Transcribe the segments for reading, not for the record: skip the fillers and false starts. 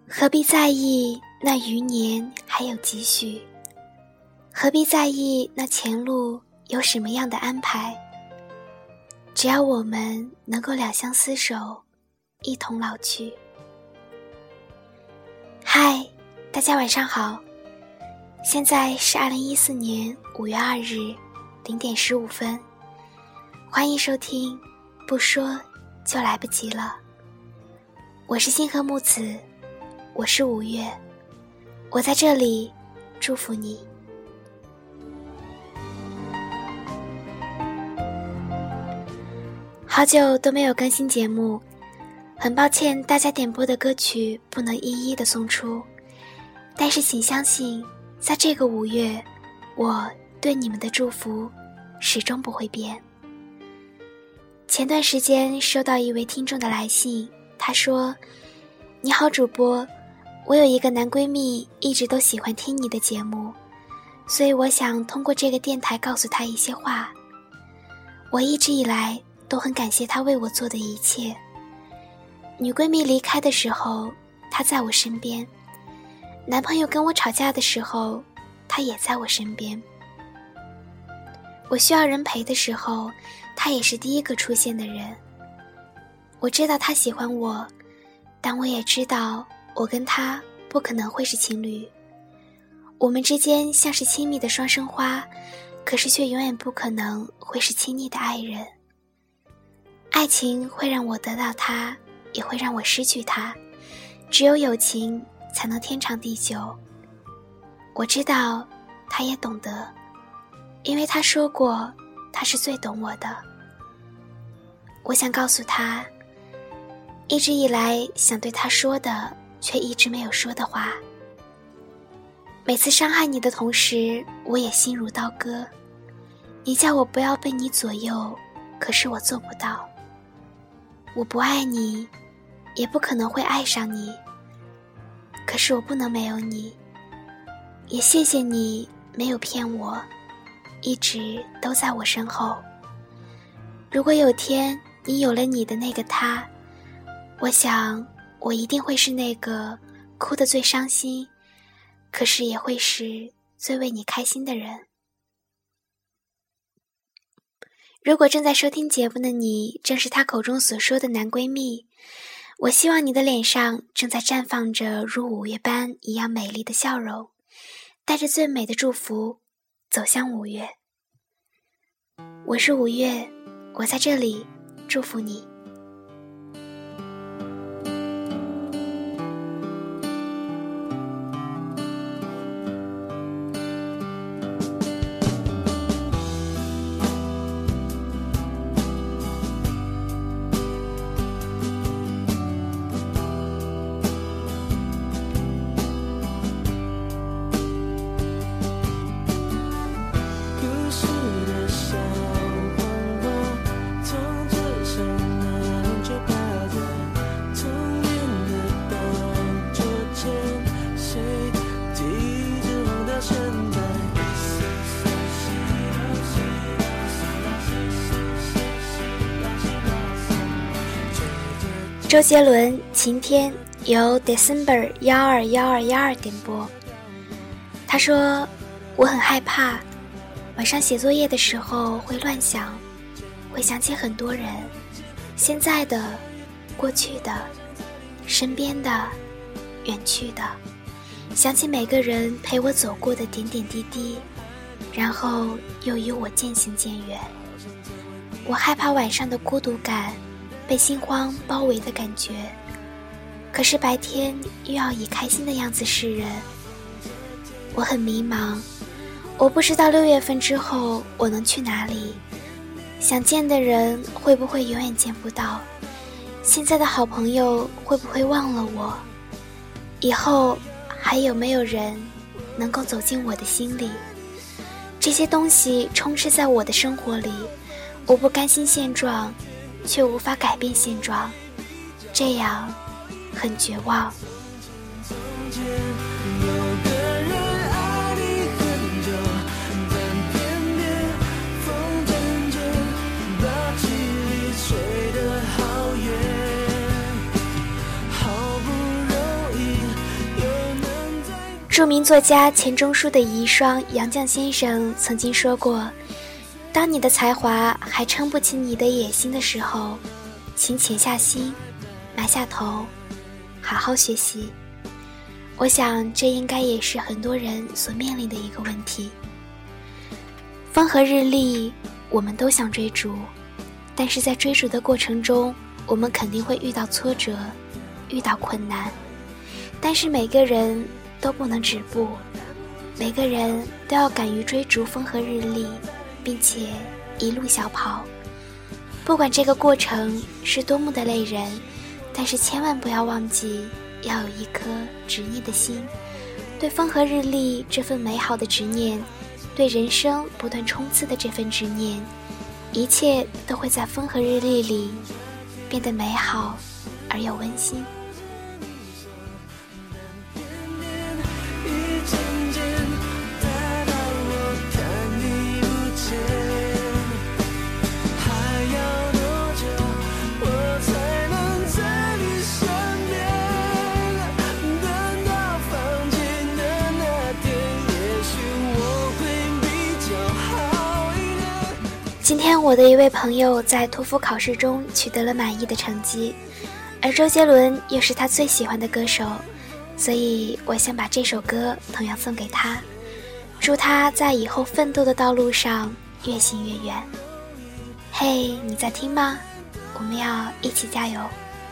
何必在意那余年还有几许？何必在意那前路有什么样的安排？只要我们能够两相厮守，一同老去。嗨，大家晚上好，现在是2014年5月2日0点15分，欢迎收听不说就来不及了。我是星河木子，我是5月，我在这里祝福你。好久都没有更新节目，很抱歉大家点播的歌曲不能一一的送出，但是请相信，在这个5月，我对你们的祝福始终不会变。前段时间收到一位听众的来信，他说：你好主播，我有一个男闺蜜一直都喜欢听你的节目，所以我想通过这个电台告诉他一些话。我一直以来都很感谢她为我做的一切。女闺蜜离开的时候，她在我身边；男朋友跟我吵架的时候，她也在我身边。我需要人陪的时候，她也是第一个出现的人。我知道她喜欢我，但我也知道我跟她不可能会是情侣。我们之间像是亲密的双生花，可是却永远不可能会是亲昵的爱人。爱情会让我得到它，也会让我失去它，只有友情才能天长地久。我知道他也懂得，因为他说过他是最懂我的。我想告诉他，一直以来想对他说的却一直没有说的话。每次伤害你的同时，我也心如刀割。你叫我不要被你左右，可是我做不到。我不爱你，也不可能会爱上你，可是我不能没有你。也谢谢你没有骗我，一直都在我身后。如果有天你有了你的那个他，我想我一定会是那个哭得最伤心，可是也会是最为你开心的人。如果正在收听节目的你正是他口中所说的男闺蜜，我希望你的脸上正在绽放着如5月般一样美丽的笑容，带着最美的祝福走向5月。我是5月，我在这里祝福你。周杰伦晴天由 December 121212点播。他说，我很害怕晚上写作业的时候会乱想，会想起很多人，现在的、过去的、身边的、远去的，想起每个人陪我走过的点点滴滴，然后又与我渐行渐远。我害怕晚上的孤独感，被心慌包围的感觉，可是白天又要以开心的样子示人。我很迷茫，我不知道6月份之后我能去哪里，想见的人会不会永远见不到，现在的好朋友会不会忘了我，以后还有没有人能够走进我的心里。这些东西充斥在我的生活里，我不甘心现状，却无法改变现状，这样很绝望。 著名作家钱钟书的遗孀杨绛先生曾经说过，当你的才华还撑不起你的野心的时候，请潜下心，埋下头，好好学习。我想这应该也是很多人所面临的一个问题。风和日丽，我们都想追逐，但是在追逐的过程中，我们肯定会遇到挫折，遇到困难，但是每个人都不能止步，每个人都要敢于追逐风和日丽，并且一路小跑。不管这个过程是多么的累人，但是千万不要忘记要有一颗执念的心，对风和日丽这份美好的执念，对人生不断冲刺的这份执念，一切都会在风和日丽里变得美好而又温馨。今天我的一位朋友在托福考试中取得了满意的成绩，而周杰伦又是他最喜欢的歌手，所以我想把这首歌同样送给他，祝他在以后奋斗的道路上越行越远。嘿，你在听吗？我们要一起加油。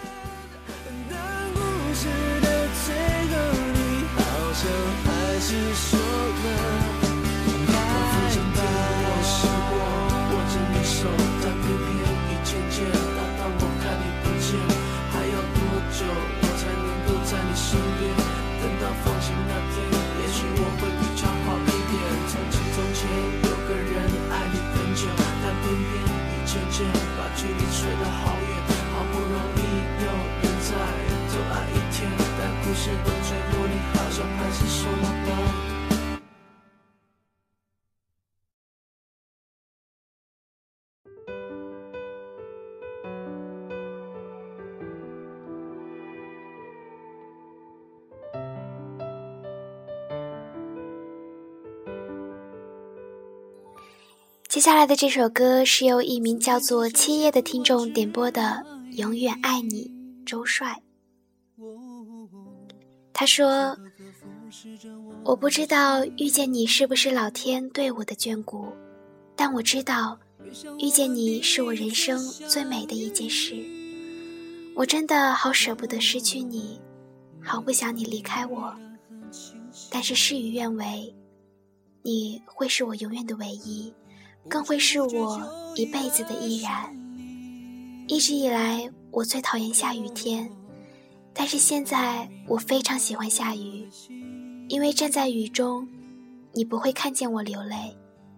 接下来的这首歌是由一名叫做七叶的听众点播的《永远爱你》，周帅。他说，我不知道遇见你是不是老天对我的眷顾，但我知道遇见你是我人生最美的一件事。我真的好舍不得失去你，好不想你离开我，但是事与愿违，你会是我永远的唯一，更会是我一辈子的依然。一直以来我最讨厌下雨天，但是现在我非常喜欢下雨，因为站在雨中你不会看见我流泪。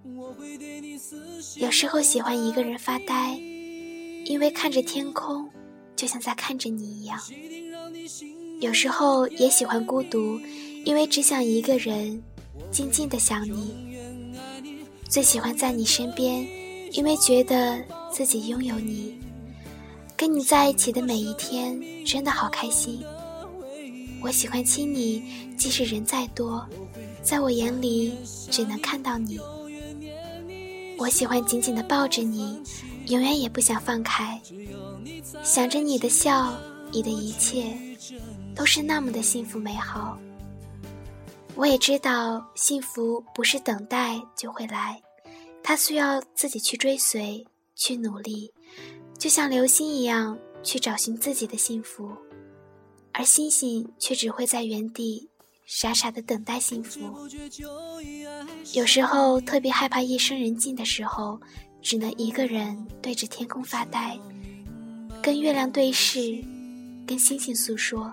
有时候喜欢一个人发呆，因为看着天空就像在看着你一样。有时候也喜欢孤独，因为只想一个人静静地想你。最喜欢在你身边，因为觉得自己拥有你，跟你在一起的每一天真的好开心。我喜欢亲你，即使人再多，在我眼里只能看到你。我喜欢紧紧地抱着你，永远也不想放开，想着你的笑，你的一切都是那么的幸福美好。我也知道幸福不是等待就会来，它需要自己去追随，去努力，就像流星一样去找寻自己的幸福，而星星却只会在原地傻傻地等待幸福。有时候特别害怕夜深人静的时候，只能一个人对着天空发呆，跟月亮对视，跟星星诉说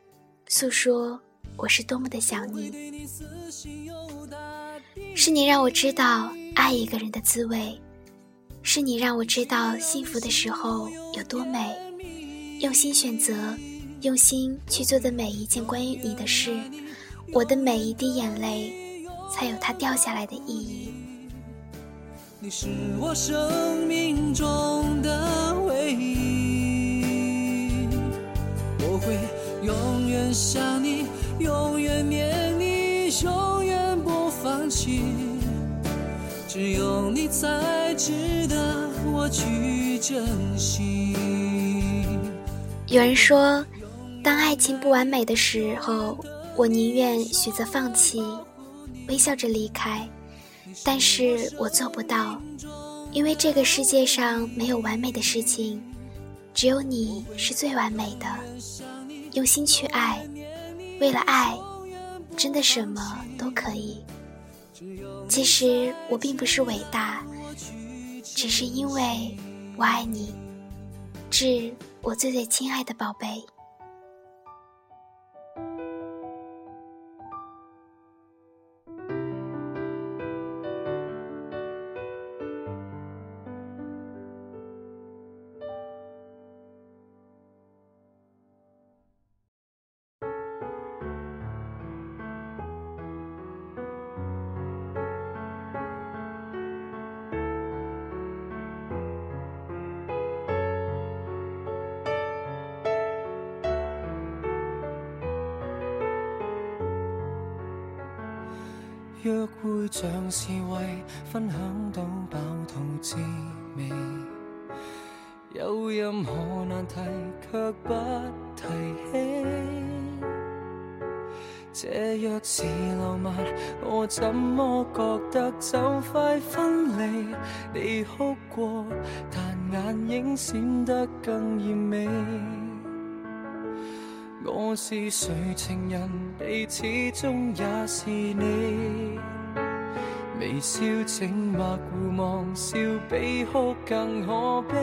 我是多么的想你。是你让我知道爱一个人的滋味，是你让我知道幸福的时候有多美。用心选择，用心去做的每一件关于你的事，我的每一滴眼泪才有它掉下来的意义。 你是我生命中的唯一，我会永远想你，永远念你， 系，只有你才值得我去珍惜。 有人说，当爱情不完美的时候，我宁愿选择放弃，微笑着离开，但是我做不到，因为这个世界上没有完美的事情，只有你是最完美的。用心去爱，为了爱，真的什么都可以。其实我并不是伟大，只是因为我爱你，致我最最亲爱的宝贝。 約會像是為分享到飽肚滋味，有任何難題卻不提起，這若是浪漫，我怎麼覺得就快分離？你哭過，但眼影閃得更豔美。我是誰情人，你始終也是你。微笑靜默互望，笑比哭更可悲。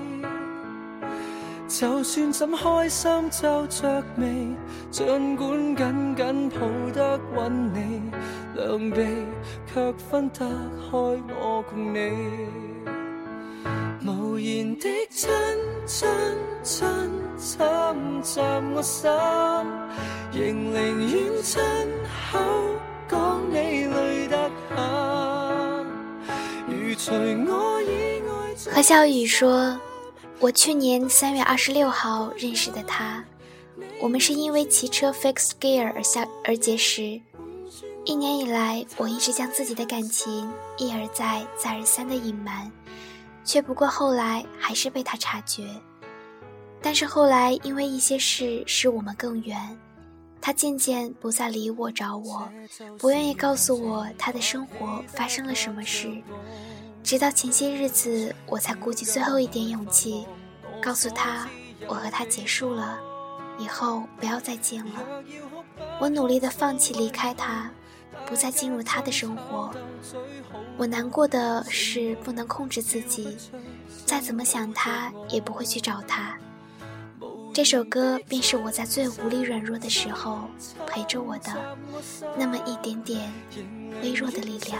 就算怎開心皺着眉，儘管緊緊抱得穩你，兩臂卻分得開我共你。無言的親親親侵襲我心，仍寧願親口講你累得很。如除我以外。 何小雨說，我去年3月26號認識的他，我們是因為騎車 fixed gear 而結識。1年以來，我一直將自己的感情一而再再而三的隱瞞，卻不過後來還是被他察覺。但是後來因為一些事使我們更遠，他漸漸不再理我找我，不願意告訴我他的生活發生了什麼事。直到前些日子，我才鼓起最後一點勇氣，告訴他我和他結束了，以後不要再見了。我努力地放棄離開他，不再進入他的生活。我難過的是不能控制自己，再怎麼想他也不會去找他。這首歌便是我在最無力軟弱的時候陪着我的那麼一點點微弱的力量。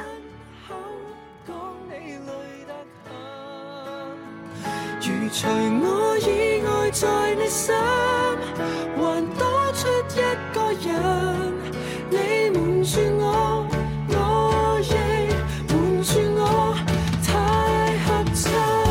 如除我以外在你心，還多出一個人，你瞞住我，我亦瞞住我，太合襯。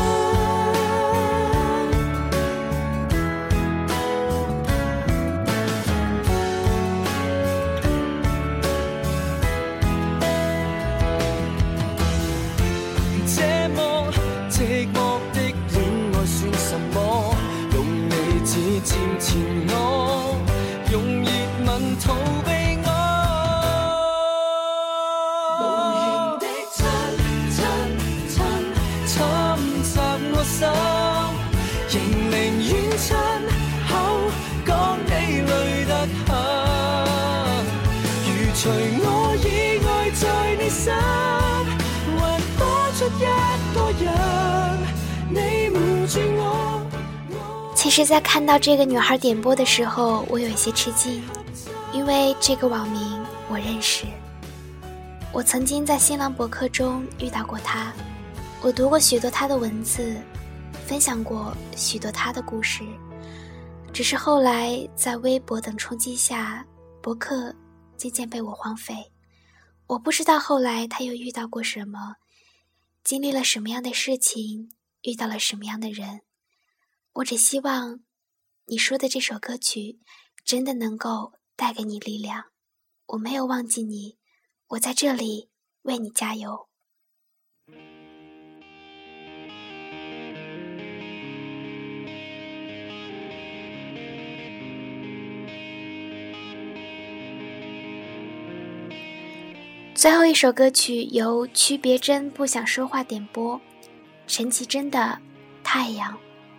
這麼寂寞的戀愛算什麼？用理智佔前我，用熱吻逃避我。無言的親親親侵襲我心，仍寧願親口講你累得很。如除我以外在你心，還多出一個人，你瞞住我。 其實在看到這個女孩點播的時候，我有一些吃驚，因為這個網名我認識。我曾經在新浪博客中遇到過她，我讀過許多她的文字，分享過許多她的故事。只是後來在微博等衝擊下，博客漸漸被我荒廢。我不知道後來她又遇到過什麼，經歷了什麼樣的事情，遇到了什麼樣的人。我只希望你說的這首歌曲真的能夠帶給你力量。我沒有忘記你，我在這裡为你加油。最后一首歌曲由曲别针不想说话点播，陈绮贞的《太阳》。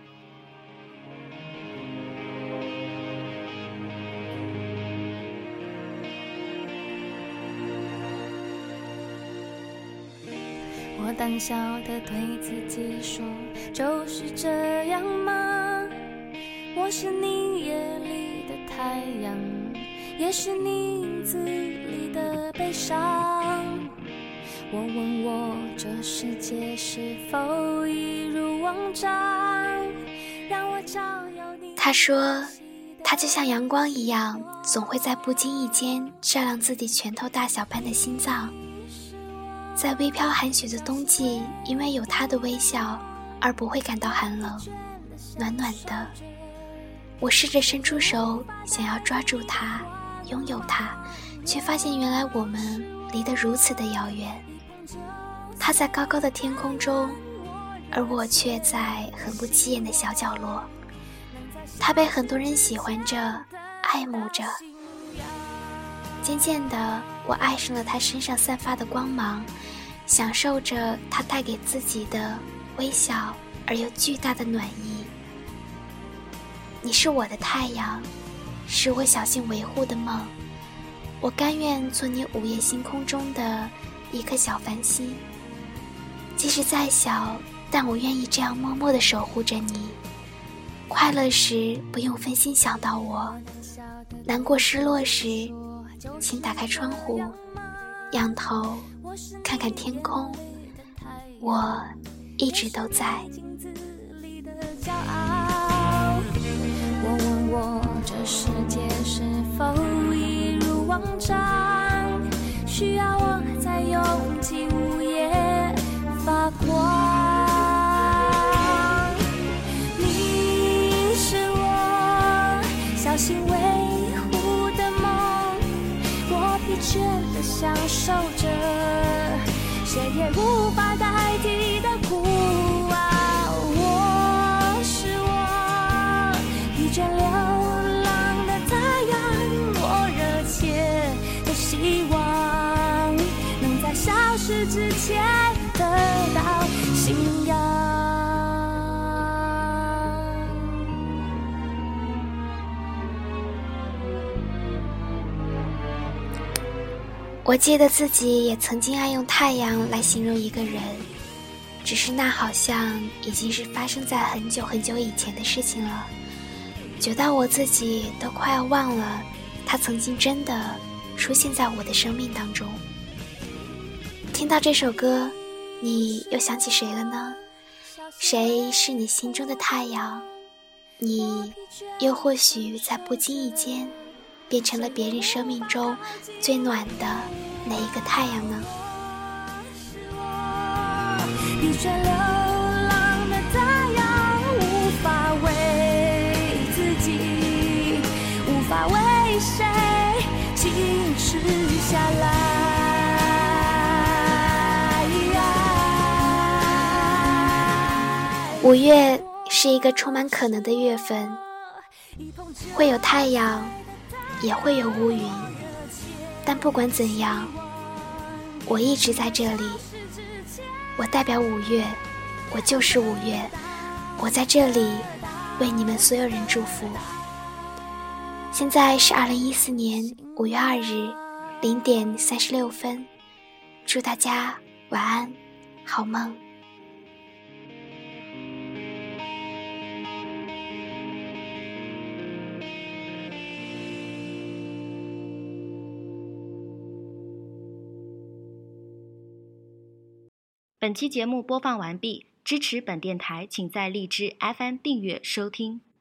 我胆小地对自己说，就是这样吗？我是你夜里的太阳，也是你影子里的悲伤。我问我这世界是否一如往常，让我照耀你。 他说他就像阳光一样，总会在不经意间照亮自己拳头大小般的心脏。在微飘寒雪的冬季，因为有他的微笑而不会感到寒冷，暖暖的。我试着伸出手想要抓住他，拥有他，却发现原来我们离得如此的遥远。他在高高的天空中，而我却在很不起眼的小角落。他被很多人喜欢着，爱慕着。渐渐的，我爱上了他身上散发的光芒，享受着他带给自己的微小而又巨大的暖意。你是我的太阳，是我小心维护的梦，我甘愿做你午夜星空中的一颗小繁星。即使再小，但我愿意这样默默地守护着你。快乐时不用分心想到我，难过失落时请打开窗户，仰头看看天空，我一直都在。 我问我这世界是否一如往常，需要我才拥挤午夜发光。你是我小心维护的梦，我疲倦地享受着谁也无法代替的苦啊。我是我疲倦流浪的太阳，我热切的希望能在消失之前得到信仰。 我记得自己也曾经爱用太阳来形容一个人，只是那好像已经是发生在很久很久以前的事情了，久到我自己都快要忘了他曾经真的出现在我的生命当中。听到这首歌，你又想起谁了呢？谁是你心中的太阳？你又或许在不经意间变成了别人生命中最暖的那一个太阳呢？ 疲倦流浪的太阳，无法为自己，无法为谁静止下来。 5月是一个充满可能的月份，会有太阳，也会有乌云，但不管怎样，我一直在这里。我代表5月，我就是5月，我在这里为你们所有人祝福。现在是2014年5月2日0点36分，祝大家晚安，好梦。 本期节目播放完毕，支持本电台请在荔枝 FM 订阅收听。